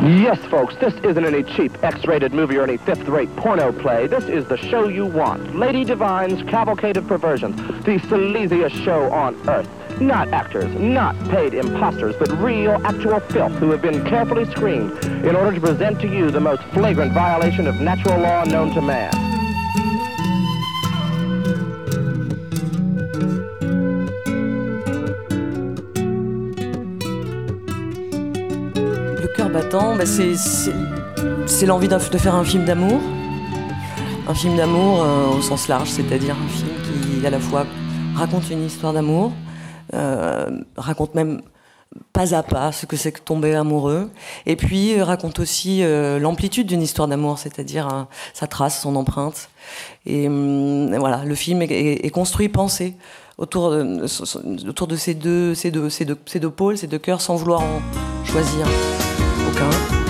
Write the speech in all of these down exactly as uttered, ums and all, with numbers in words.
Yes, folks, this isn't any cheap X-rated movie or any fifth-rate porno play. This is the show you want. Lady Divine's Cavalcade of Perversions, the sleaziest show on earth. Not actors, not paid imposters, but real, actual filth who have been carefully screened in order to present to you the most flagrant violation of natural law known to man. Le cœur battant, bah c'est, c'est, c'est l'envie de faire un film d'amour. Un film d'amour euh, au sens large, c'est-à-dire un film qui à la fois raconte une histoire d'amour, euh, raconte même pas à pas ce que c'est que tomber amoureux, et puis euh, raconte aussi euh, l'amplitude d'une histoire d'amour, c'est-à-dire euh, sa trace, son empreinte. Et euh, voilà, le film est, est, est construit, pensé autour de, autour de ces deux, ces deux, ces deux, ces deux pôles, ces deux cœurs, sans vouloir en choisir aucun.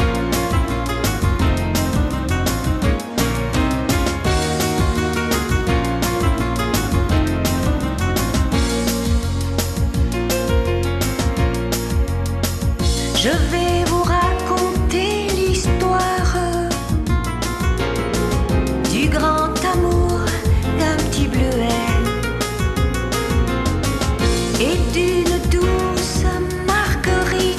Je vais vous raconter l'histoire du grand amour d'un petit bleuet et d'une douce marguerite.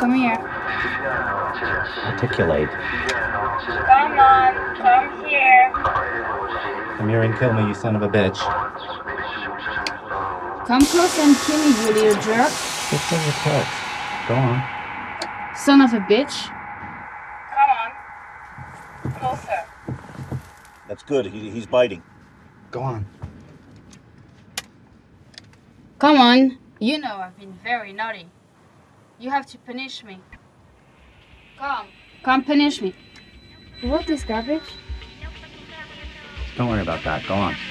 come here. Articulate. Come on, come here. Come here and kill me, you son of a bitch. Come close and kill me, you little jerk. Just in your text. Go on. Son of a bitch. Come on. Closer. That's good. He, he's biting. Go on. Come on. You know I've been very naughty. You have to punish me. Come. Come punish me. What is garbage? Don't worry about that. Go on.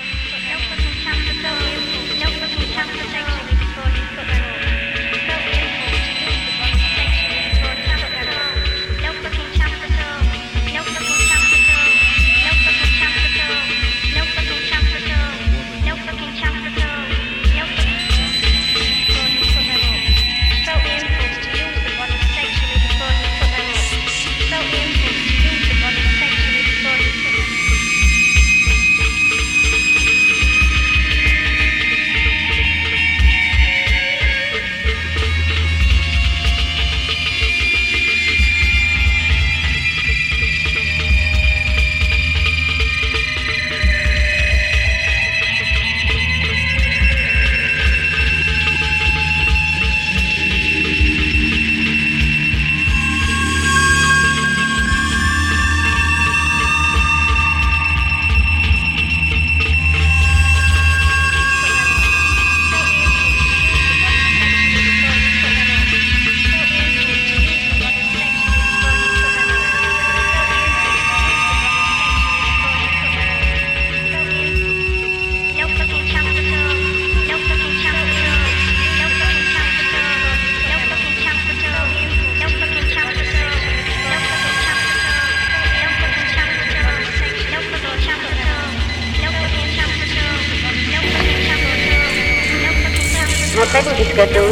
Montrez-vous jusqu'à tout.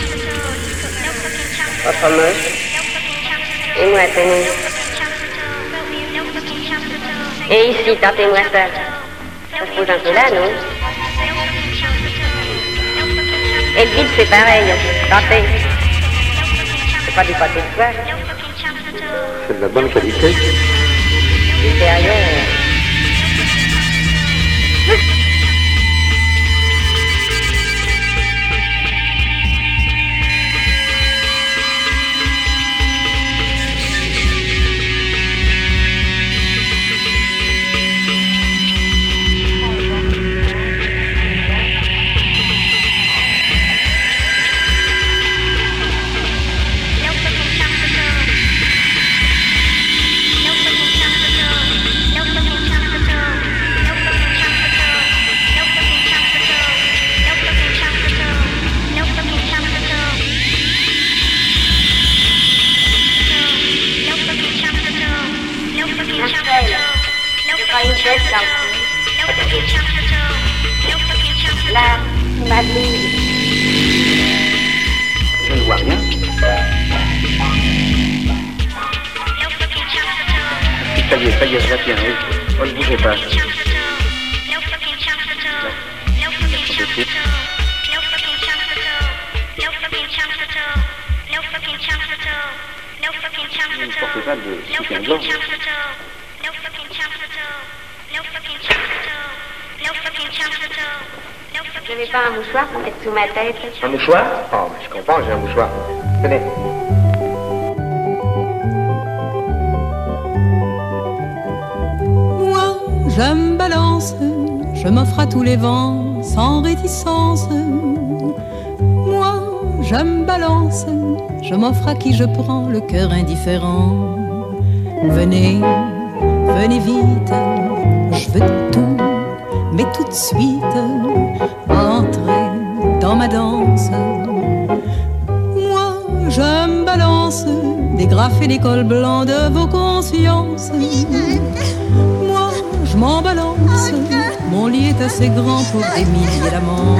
Votre moche. Et moi, tenez. Et ici, tentez-moi ça. Ça se pose un peu là, non? Et le vide, c'est pareil. Tentez. C'est pas du pâté de soie. C'est de la bonne qualité. Du sérieux. Là, ma vie. Je ne vois rien. Ça y est, ça y est, je la tiens, oui. Oh, ne bougez pas. Ne portez pas de soutien-gorge. Je n'avais pas un mouchoir pour mettre sous ma tête. Un mouchoir? Oh, mais je comprends, j'ai un mouchoir. Tenez. Moi, je me balance, je m'offre à tous les vents, sans réticence. Moi, je me balance, je m'offre à qui je prends le cœur indifférent. Venez, venez vite, je veux tout, mais tout de suite, entrez dans ma danse. Moi, je me balance, dégraffer des cols blancs de vos consciences. Moi, je m'en balance, mon lit est assez grand pour des milliers d'amants.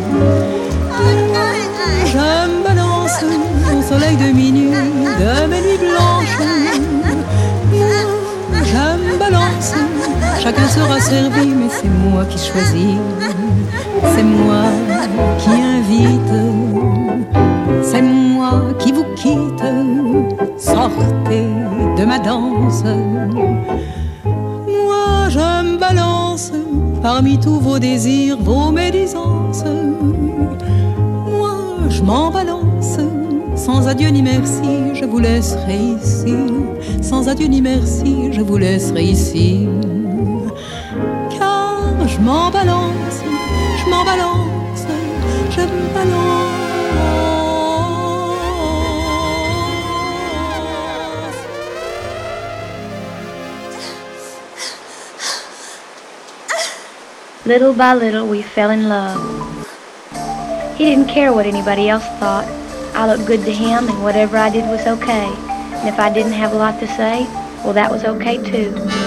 Je me balance au soleil de minuit, de mes nuits blanches. Moi, je me balance, chacun sera servi, mais c'est moi qui choisis. C'est moi qui invite. c'est moi qui vous quitte. Sortez de ma danse. Moi je me balance parmi tous vos désirs, vos médisances. Moi je m'en balance. Sans adieu ni merci, je vous laisserai ici. Sans adieu ni merci, je vous laisserai ici. Car je m'en balance, je m'en balance, je me balance. Little by little, we fell in love. He didn't care what anybody else thought. I looked good to him, and whatever I did was okay. And if I didn't have a lot to say, well, that was okay too.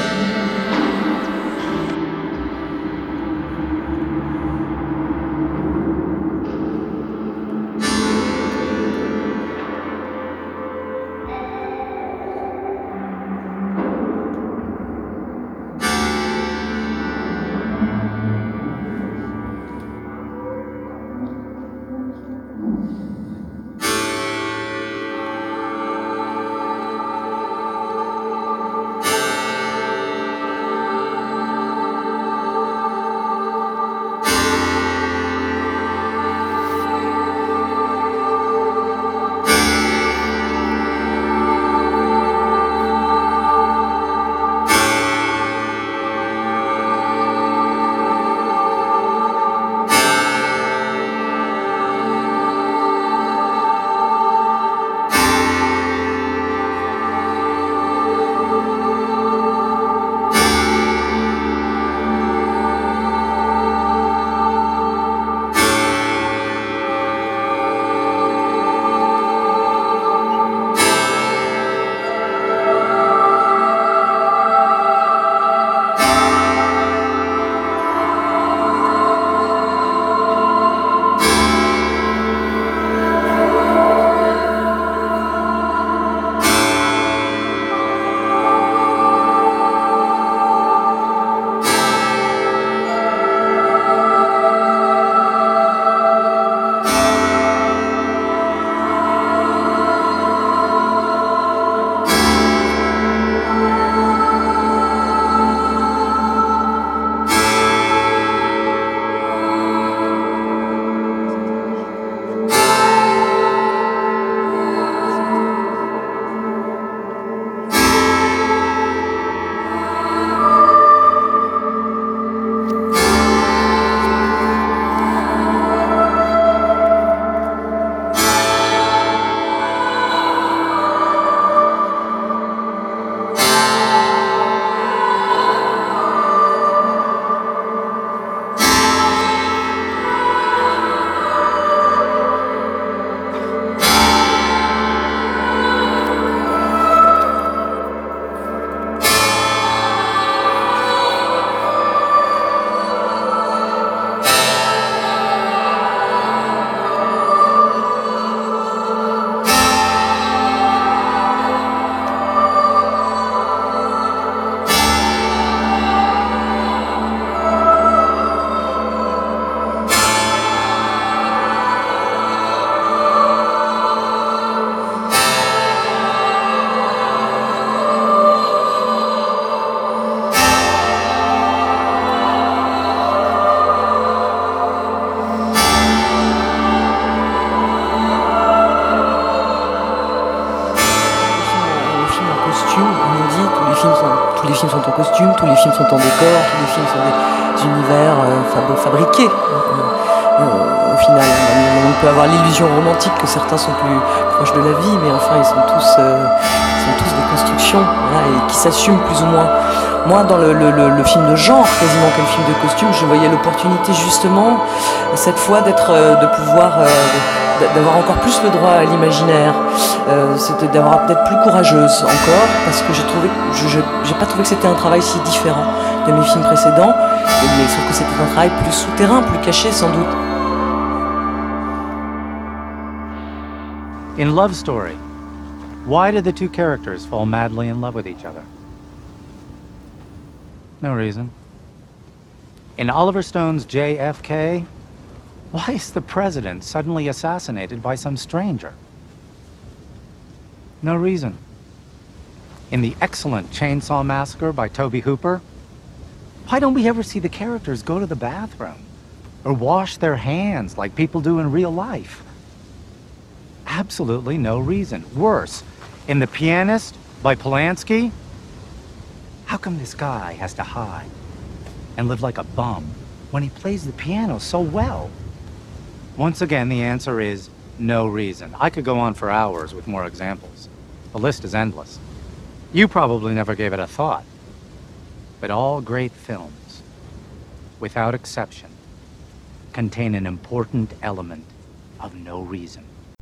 tous les films sont en costume, tous les films sont en décor, tous les films sont des univers euh, fab- fabriqués. Euh, euh, au final, on peut avoir l'illusion romantique que certains sont plus proches de la vie, mais enfin, ils sont tous, euh, ils sont tous des constructions, voilà, et qui s'assument plus ou moins. Moi, dans le, le, le, le film de genre, quasiment comme film de costume, je voyais l'opportunité justement, cette fois, d'être, euh, de pouvoir, euh, d'avoir encore plus le droit à l'imaginaire, euh, c'était d'avoir d'être plus courageuse encore, parce que j'ai trouvé, je, je, j'ai pas trouvé que c'était un travail si différent de mes films précédents, mais sauf que c'était un travail plus souterrain, plus caché sans doute. In Love Story, why did the two characters fall madly in love with each other? No reason. In Oliver Stone's J F K, Why is the president suddenly assassinated by some stranger? No reason. In the excellent Chainsaw Massacre by Tobe Hooper, why don't we ever see the characters go to the bathroom or wash their hands like people do in real life? Absolutely no reason. Worse, in The Pianist by Polanski, how come this guy has to hide and live like a bum when he plays the piano so well? Once again, the answer is no reason. I could go on for hours with more examples. The list is endless. You probably never gave it a thought. But all great films, without exception, contain an important element of no reason.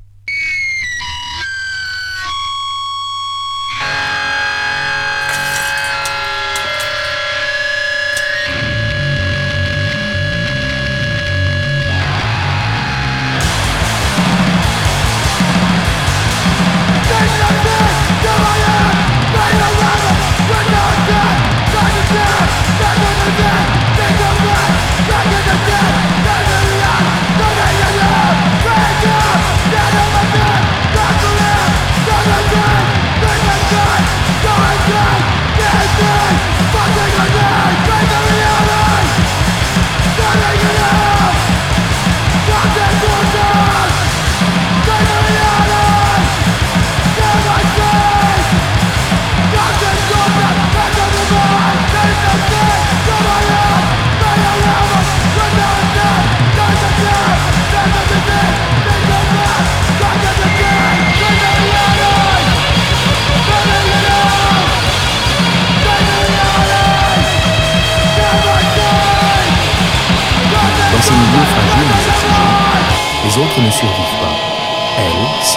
Les autres ne survivent pas. Elle, si.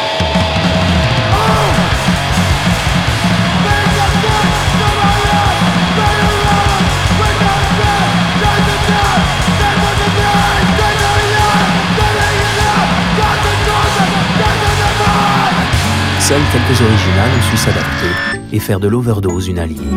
Seules quelques originales ont su s'adapter et faire de l'overdose une alliée.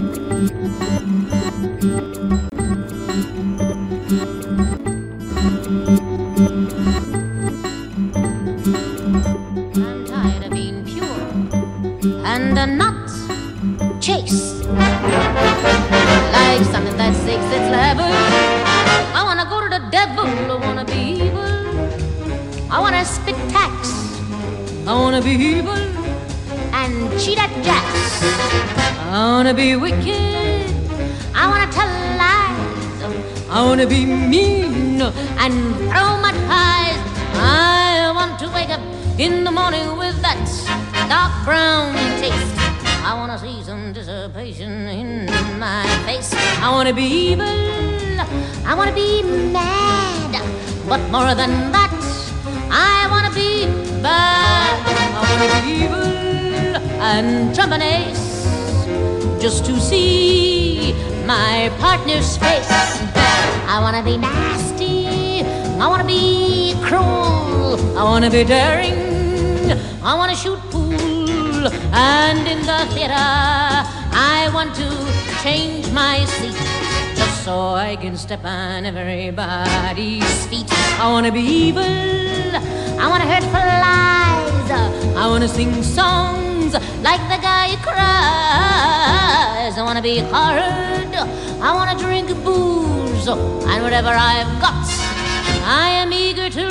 Be wicked, I wanna tell lies, I wanna be mean and throw my ties. I want to wake up in the morning with that dark brown taste. I wanna see some dissipation in my face. I wanna be evil, I wanna be mad, but more than that, I wanna be bad. I wanna be evil and trump an ace, just to see my partner's face. I wanna be nasty, I wanna be cruel, I wanna be daring, I wanna shoot pool, and in the theater I want to change my seat, just so I can step on everybody's feet. I wanna be evil, I wanna hurt flies, I wanna sing songs like the guy who cries. I wanna be hard, I wanna drink booze, and whatever I've got, I am eager to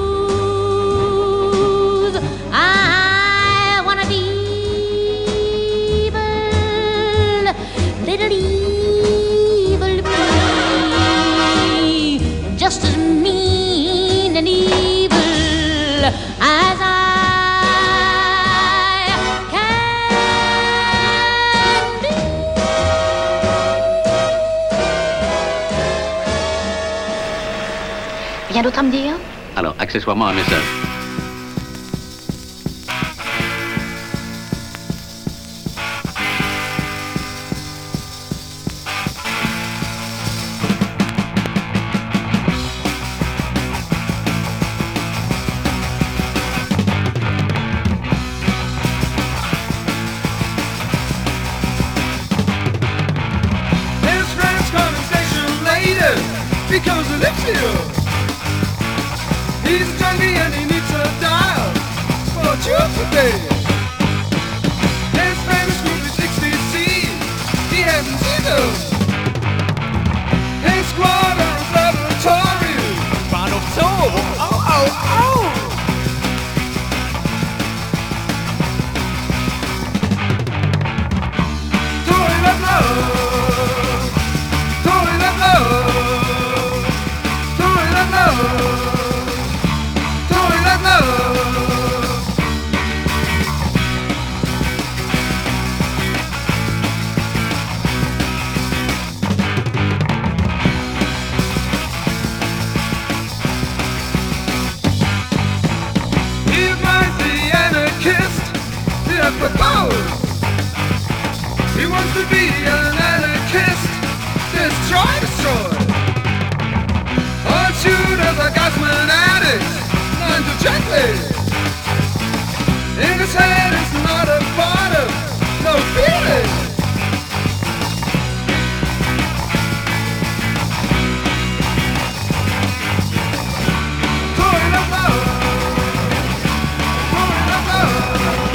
lose. I wanna be evil, little evil me, just as mean and evil as I. Rien d'autre à me dire? Alors, accessoirement un message. This train's coming station later because it lives here. me and he needs a dial for truth today. His famous group is sixty C. He hasn't seen them. His squatter is laboratory. Final soul. Oh, oh, oh. Toy love love. Toy love love. Toy love love. Toy love love. Propose. He wants to be an anarchist, destroy, destroy. All shooters are Gossman addicts, none too gently. In his head is not a bottom, no feeling. Toy love love. Toy love love.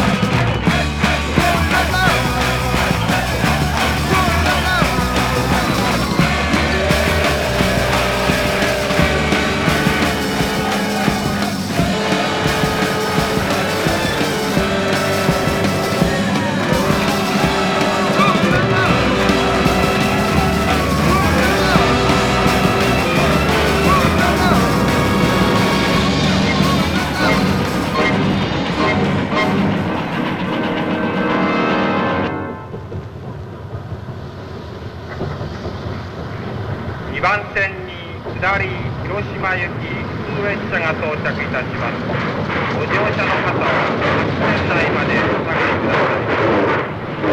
にばん線に下り広島行き普通列車が到着いたします。ご乗車の方は線内までお下がりください。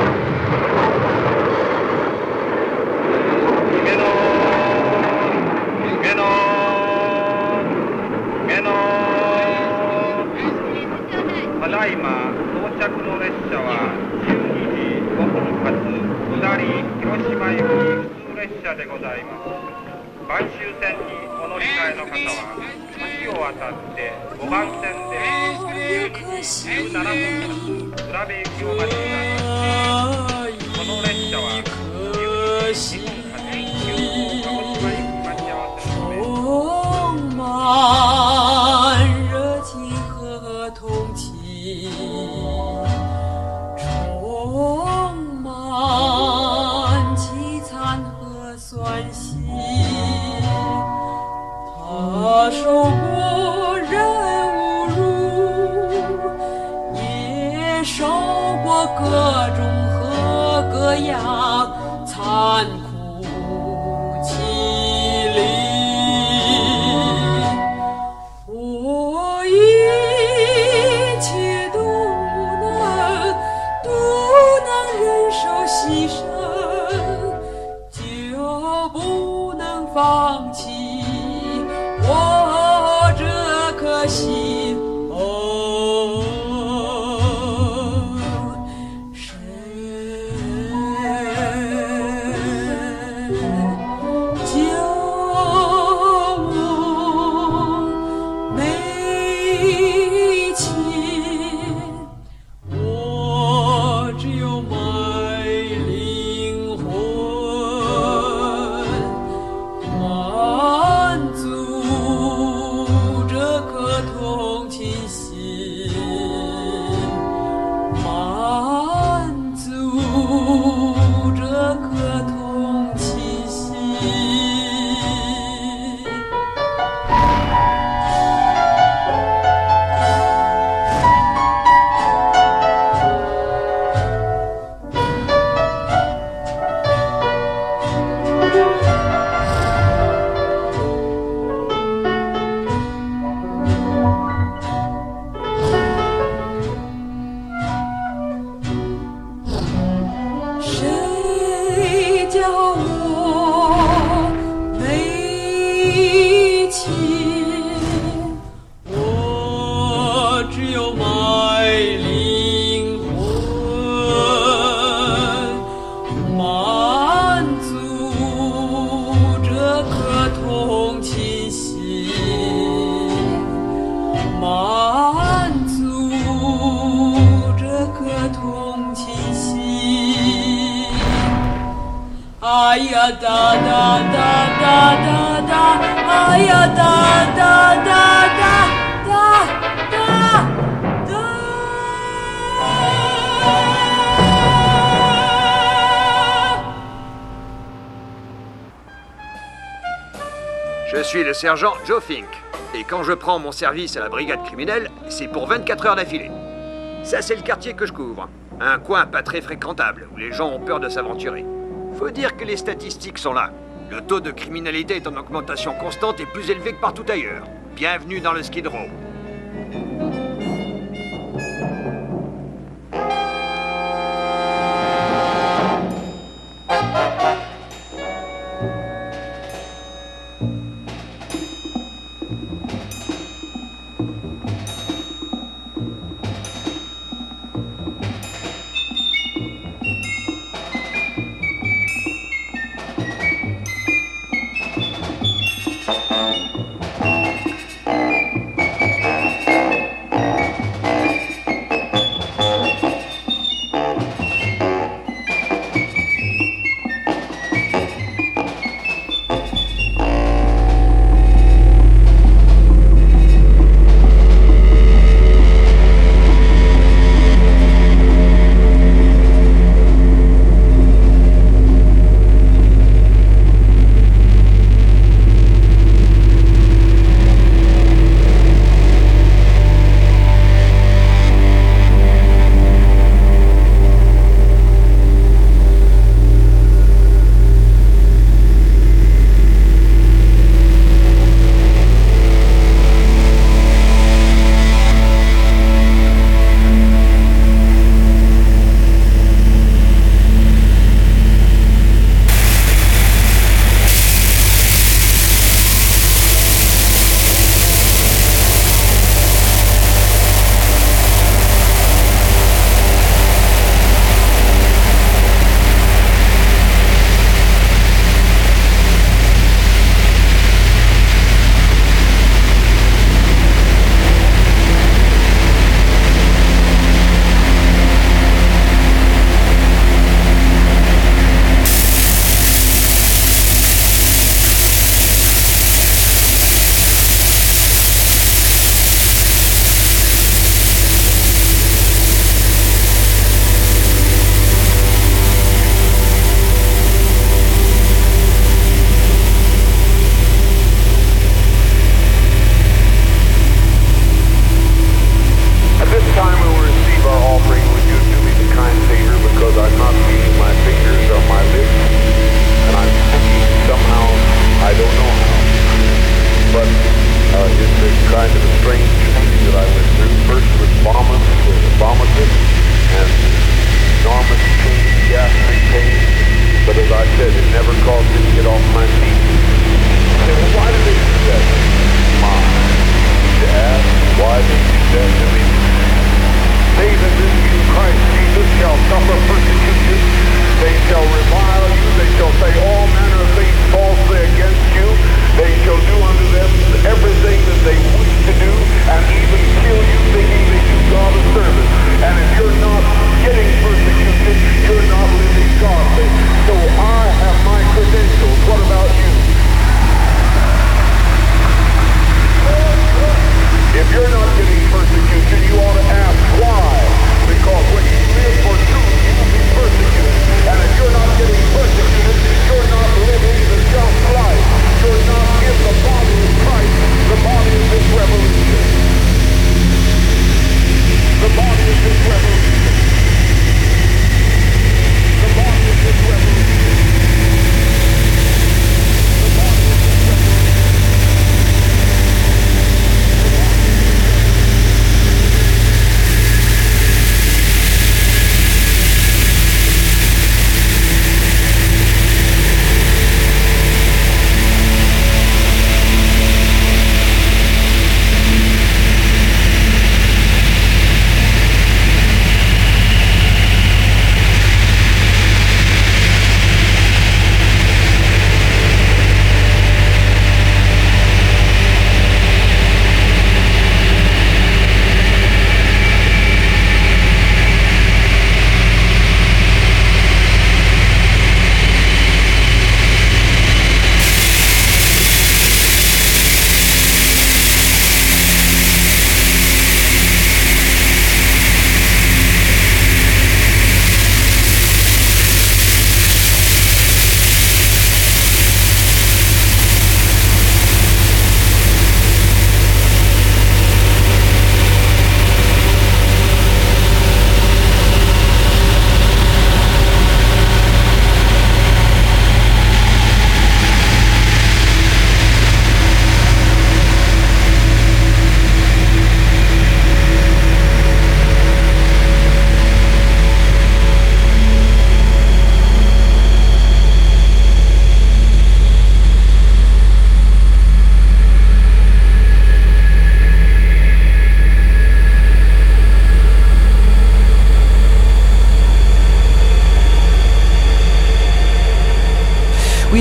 夢の夢の夢のただいま到着の列車はじゅうにじごふん発下り広島行き普通列車でございます。晩秋線にお乗り換えの方は橋を渡ってごばん線でじゅうにじじゅうななふん発浦部行きを待ちください。この列車はじゅうにじにふん発急行鹿児島行き待ち合わせのため充满热情和同情，充满凄惨和酸辛。他受过人侮辱，也受过各种和各样残酷凄厉。我一切都能，都能忍受牺牲，就不能放弃我这颗心。哦，神叫我没钱，我只有美丽。 ya da da da da da da, ah ya da da da da da da da. Je suis le sergent Joe Fink, et quand je prends mon service à la brigade criminelle, c'est pour vingt-quatre heures d'affilée. Ça, c'est le quartier que je couvre. Un coin pas très fréquentable, où les gens ont peur de s'aventurer. Faut dire que les statistiques sont là. Le taux de criminalité est en augmentation constante et plus élevé que partout ailleurs. Bienvenue dans le Skid Row.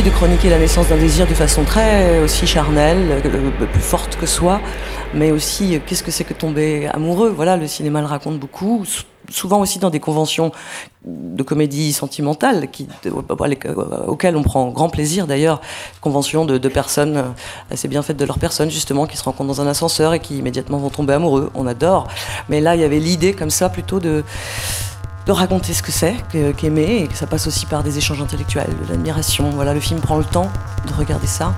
de chroniquer la naissance d'un désir de façon très aussi charnelle, euh, plus forte que soi, mais aussi euh, qu'est-ce que c'est que tomber amoureux. Voilà, le cinéma le raconte beaucoup, s- souvent aussi dans des conventions de comédie sentimentale, qui, euh, auxquelles on prend grand plaisir d'ailleurs, conventions de, de personnes euh, assez bien faites de leur personne justement, qui se rencontrent dans un ascenseur et qui immédiatement vont tomber amoureux. On adore, mais là il y avait l'idée comme ça plutôt de de raconter ce que c'est que- qu'aimer, et que ça passe aussi par des échanges intellectuels, de l'admiration. Voilà, le film prend le temps de regarder ça.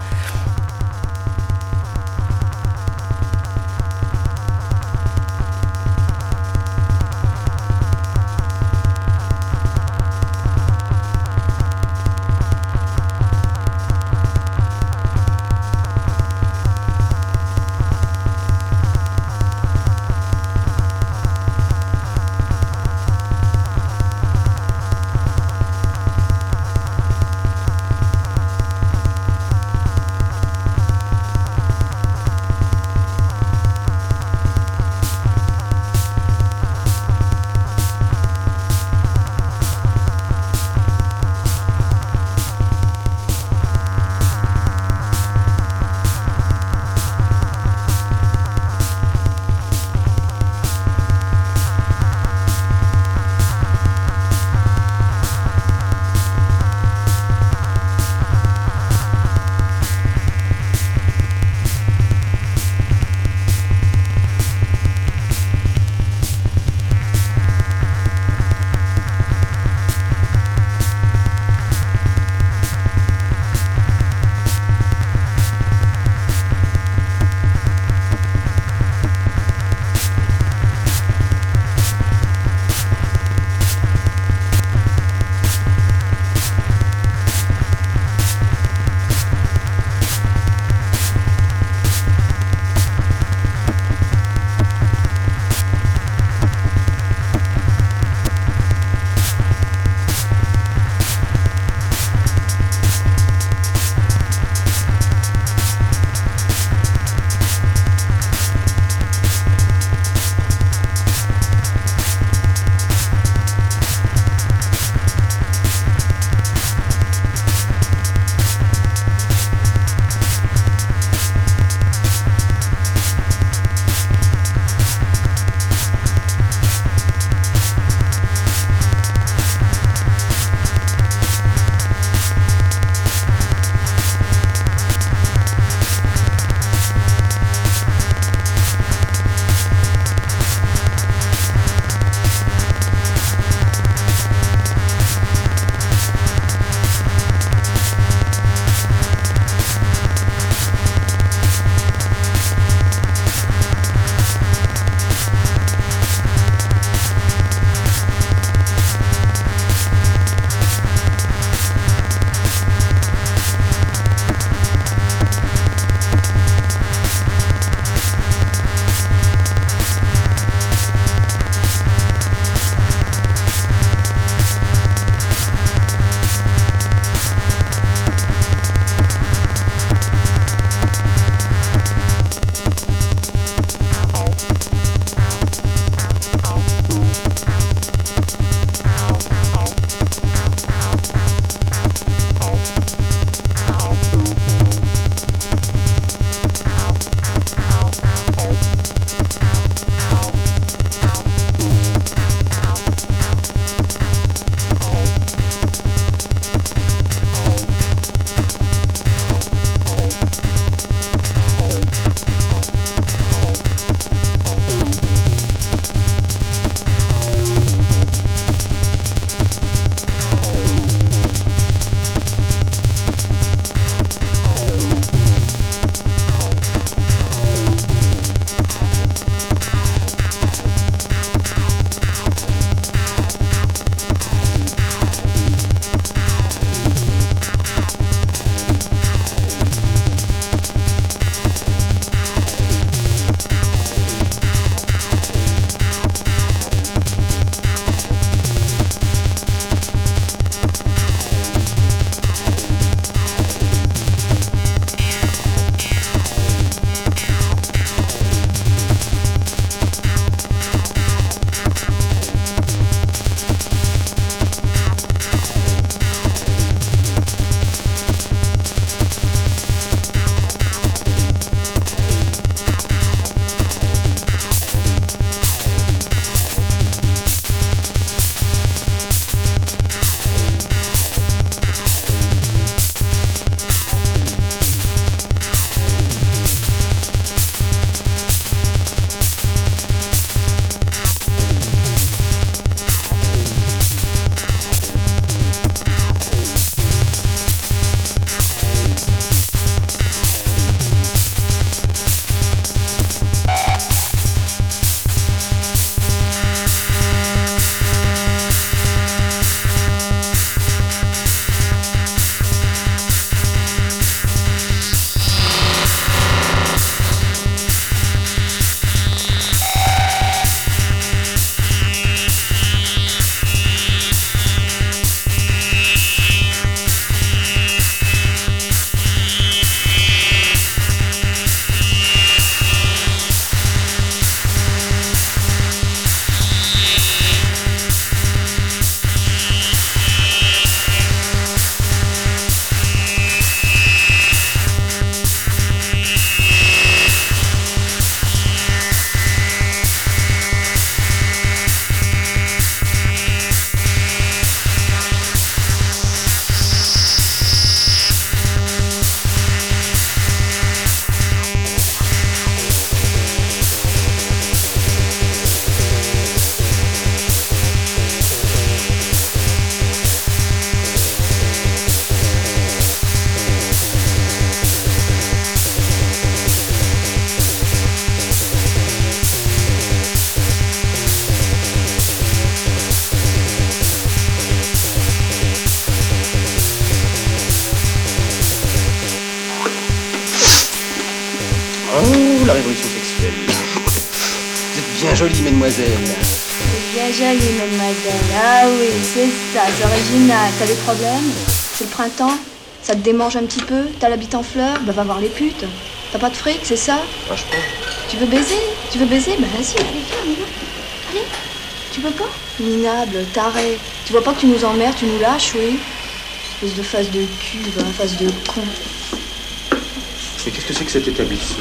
révolution sexuelle. Vous êtes bien jolie, mademoiselle. C'est bien joli, mademoiselle. Ah oui, c'est ça, c'est original. T'as des problèmes? C'est le printemps? Ça te démange un petit peu? T'as la bite en fleurs? Bah va voir les putes. T'as pas de fric, c'est ça? Franchement. Tu veux baiser? Tu veux baiser? Bah vas-y, allez, viens, on y va. Allez. Tu veux pas? Minable, taré. Tu vois pas que tu nous emmerdes, tu nous lâches, oui? Espèce de face de cul, va, face de con. Mais qu'est-ce que c'est que cet établissement?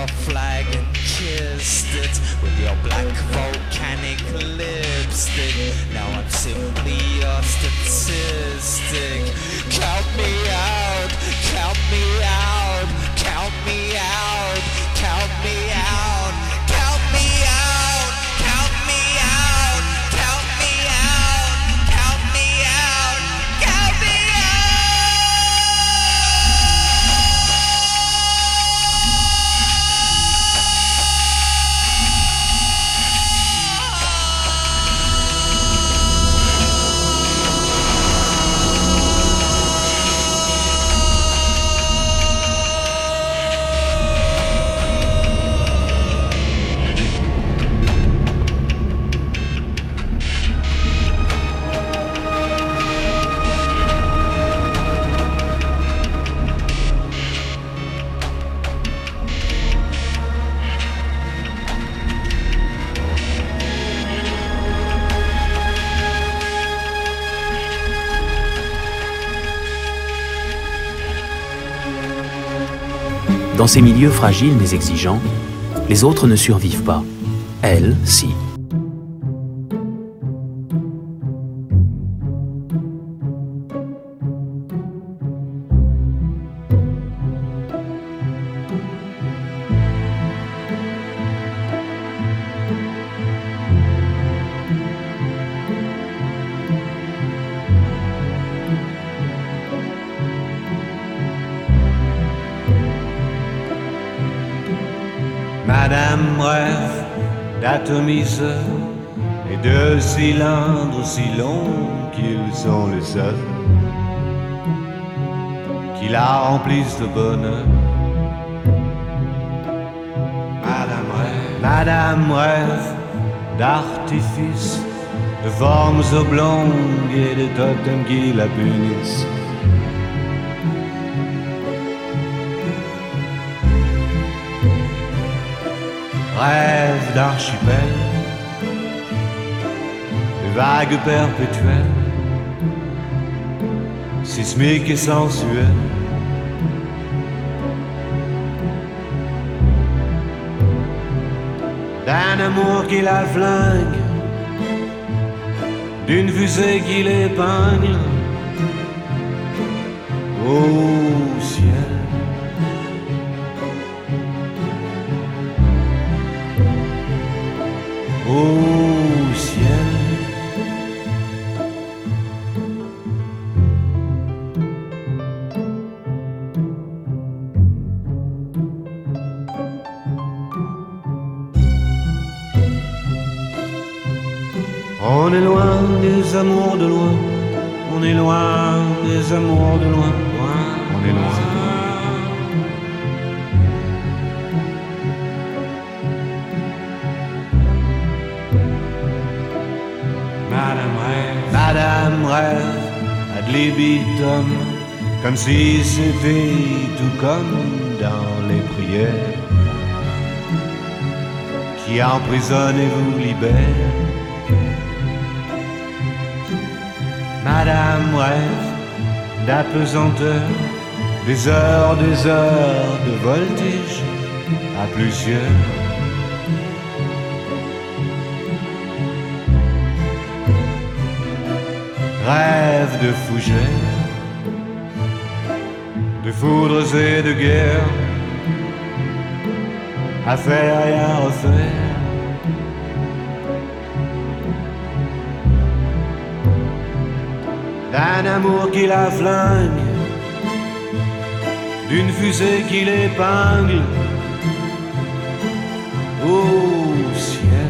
your flag and kissed it with your black volcanic lipstick. Now I'm simply your statistic. Count me out, count me out, count me out, count me out, count me out, count me out, count me out, count me out, count me Dans ces milieux fragiles mais exigeants, les autres ne survivent pas. Elle, si. Madame rêve d'atomiseurs et de cylindres aussi longs qu'ils sont les seuls qui la remplissent de bonheur. Madame rêve, Madame rêve d'artifices, de formes oblongues et de totems qui la punissent. Rêve d'archipel, de vagues perpétuelles, sismiques et sensuelles. D'un amour qui la flingue, d'une fusée qui l'épingle au ciel. Au ciel. On est loin des amours de loin, on est loin des amours de loin, loin, on est loin. Madame rêve, Madame rêve ad libitum, comme si c'était tout comme dans les prières qui emprisonnent et vous libèrent. Madame rêve d'apesanteur, des heures, des heures de voltige à plusieurs. Rêve de fougères, de foudres et de guerres, à faire et à refaire. D'un amour qui la flingue, d'une fusée qui l'épingle au ciel.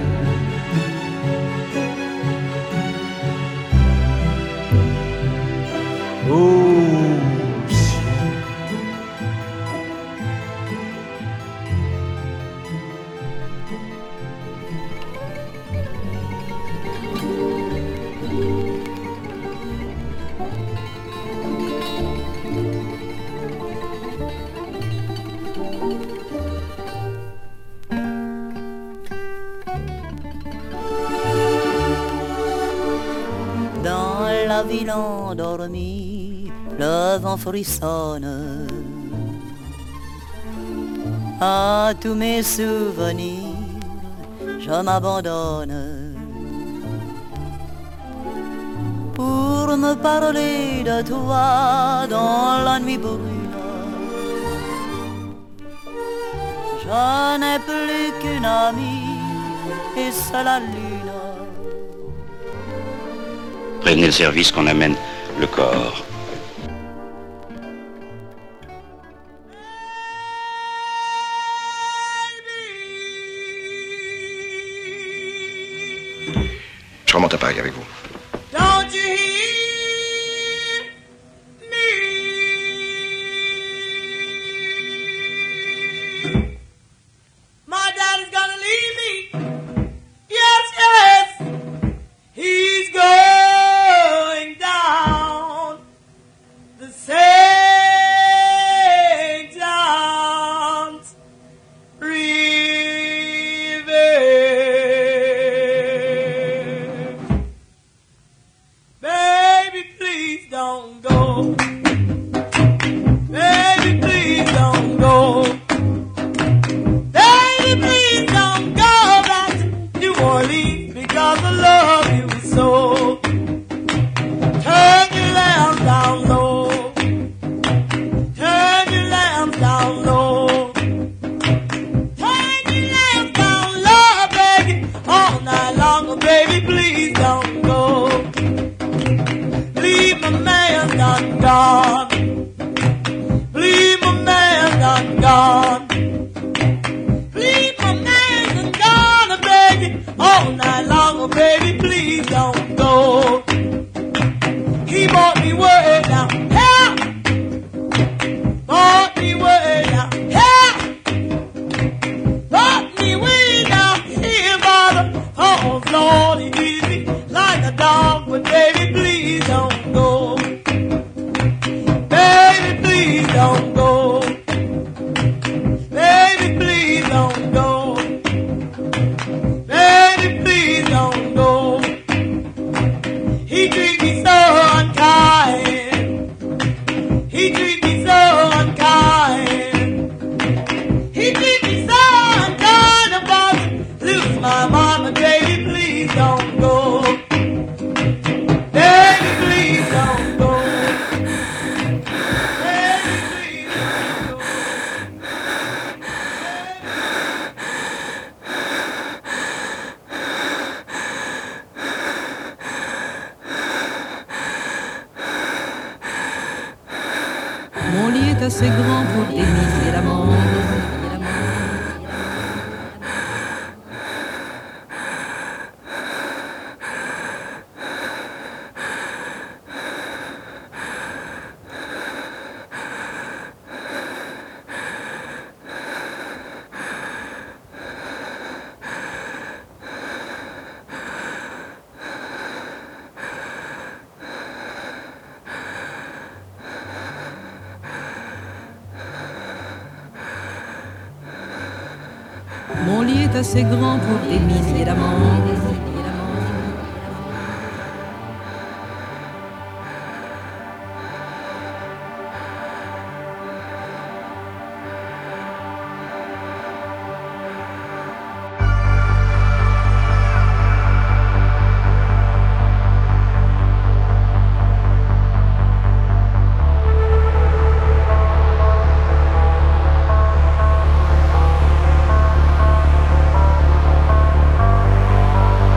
Au Dans la ville endormie, le vent frissonne. à tous mes souvenirs, je m'abandonne pour me parler de toi dans la nuit brûle. Je n'ai plus qu'une amie et c'est la lune. Prévenez le service qu'on amène le corps. Je remonte à Paris avec vous. Don't you hear me? My daddy's gonna leave me. Yes, yes. He's going down the Saint John's River. Baby, please don't go. Baby, please don't go. Baby, please don't go back to New Orleans because I love you so. Turn your lamp down low. Turn your lamp down low. Turn your lamp down low, baby, all night long. Oh, baby, please don't go. Leave my man done gone. Leave my man done gone. Leave my man done gone, oh, baby, all night long. Oh, baby, please don't go. He bought me way down here. Bought me way down here. Bought me way down here, brother. Oh, Lord, he leaves me like a dog. But baby, please don't go. Baby, please don't go. Baby, please don't go. Baby, please don't go. He treat me so unkind. He treat me so unkind. He treat me so unkind. I'm about to lose my mama. Baby, please don't go. Baby, please don't go. Baby, please don't go. Mon lit est assez grand pour dénier l'amande. Mon lit est assez grand pour des milliers d'amandes. Baby,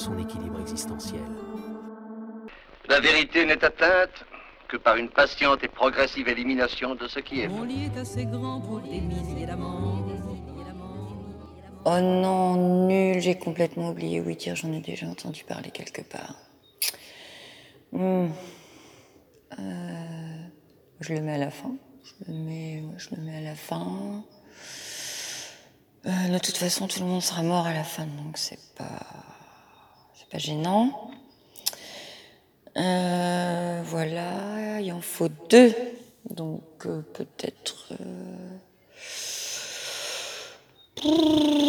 son équilibre existentiel. La vérité n'est atteinte que par une patiente et progressive élimination de ce qui est Mon lit est assez grand pour des milliers d'amants. Oh non, nul, j'ai complètement oublié. Oui, dire, j'en ai déjà entendu parler quelque part. Hmm. Euh, je le mets à la fin. Je le mets, ouais, je le mets à la fin. Euh, de toute façon, tout le monde sera mort à la fin, donc c'est pas, c'est pas gênant. Euh, voilà, il en faut deux, donc euh, peut-être. Euh...